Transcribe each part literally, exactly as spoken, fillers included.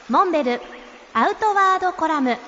モンベルアウトワードコラム。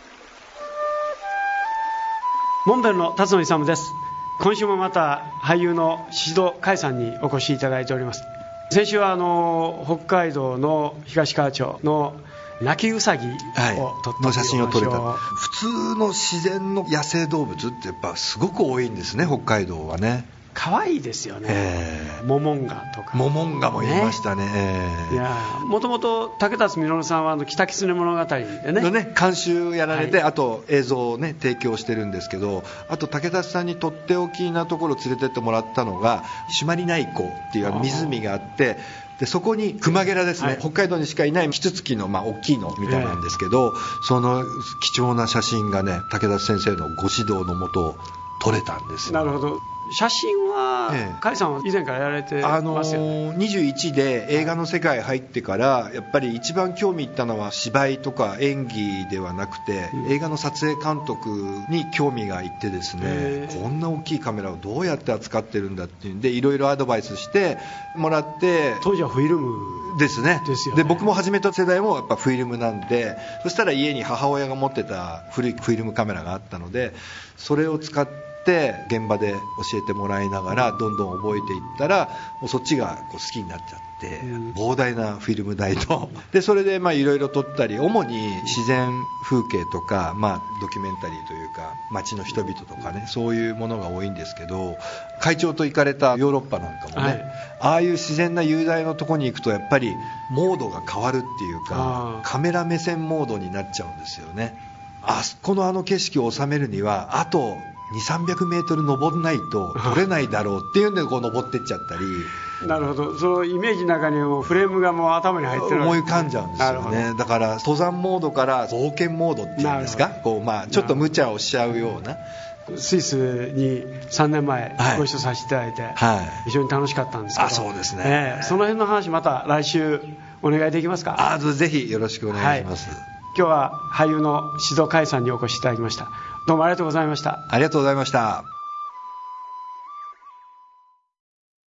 モンベルの辰野勇です。今週もまた俳優の宍戸海さんにお越しいただいております。先週はあの北海道の東川町の泣きウサギを撮った、はい、 の写真を撮れた。普通の自然の野生動物ってやっぱすごく多いんですね、北海道はね。 可愛いですよね、えー、モモンガとかモモンガもいましたね。 えー、いやもともと竹達実さんはあの北狐物語で ね, のね監修やられて、はい、あと映像を、ね、提供してるんですけど、あと竹達さんにとっておきなところを連れてってもらったのが朱鞠内湖っていう湖があって、でそこにクマゲラですね、はい、北海道にしかいないキツツキの、まあ、大きいのみたいなんですけど、えー、その貴重な写真がね竹達先生のご指導のもと撮れたんですよ。 なるほど。写真は、ええ、甲斐さんは以前からやられてますよね。 あのー、にじゅういちで映画の世界入ってからやっぱり一番興味いったのは芝居とか演技ではなくて、うん、映画の撮影監督に興味がいってですね、こんな大きいカメラをどうやって扱ってるんだっていうんでいろいろアドバイスしてもらって、 当時はフィルムですね。 ですよね。 で僕も始めた世代もやっぱフィルムなんで、そしたら家に母親が持ってた古いフィルムカメラがあったので、それを使って現場で教えてもらいながらどんどん覚えていったら、もうそっちがこう好きになっちゃって、うん、膨大なフィルム代とでそれでいろいろ撮ったり、主に自然風景とか、まあ、ドキュメンタリーというか街の人々とかね、そういうものが多いんですけど、会長と行かれたヨーロッパなんかもね、はい、ああいう自然な雄大なとこに行くとやっぱりモードが変わるっていうか、カメラ目線モードになっちゃうんですよね。あそこのあの景色を収めるにはあとにせんさんびゃくメートル登らないと撮れないだろうっていうんでこう登ってっちゃったりなるほど。そのイメージの中にもフレームがもう頭に入ってる思い浮かんじゃうんですよね。だから登山モードから冒険モードっていうんですか、こう、まあ、ちょっと無茶をしちゃうような。 スイスにさんねんまえご一緒させていただいて、はい、非常に楽しかったんですけど、 あ、そうですね、 えー、その辺の話また来週お願いできますか。 あ、ぜひよろしくお願いします、はい、 今日は俳優の宍戸海さんにお越しいただきました。どうもありがとうございました。 ありがとうございました。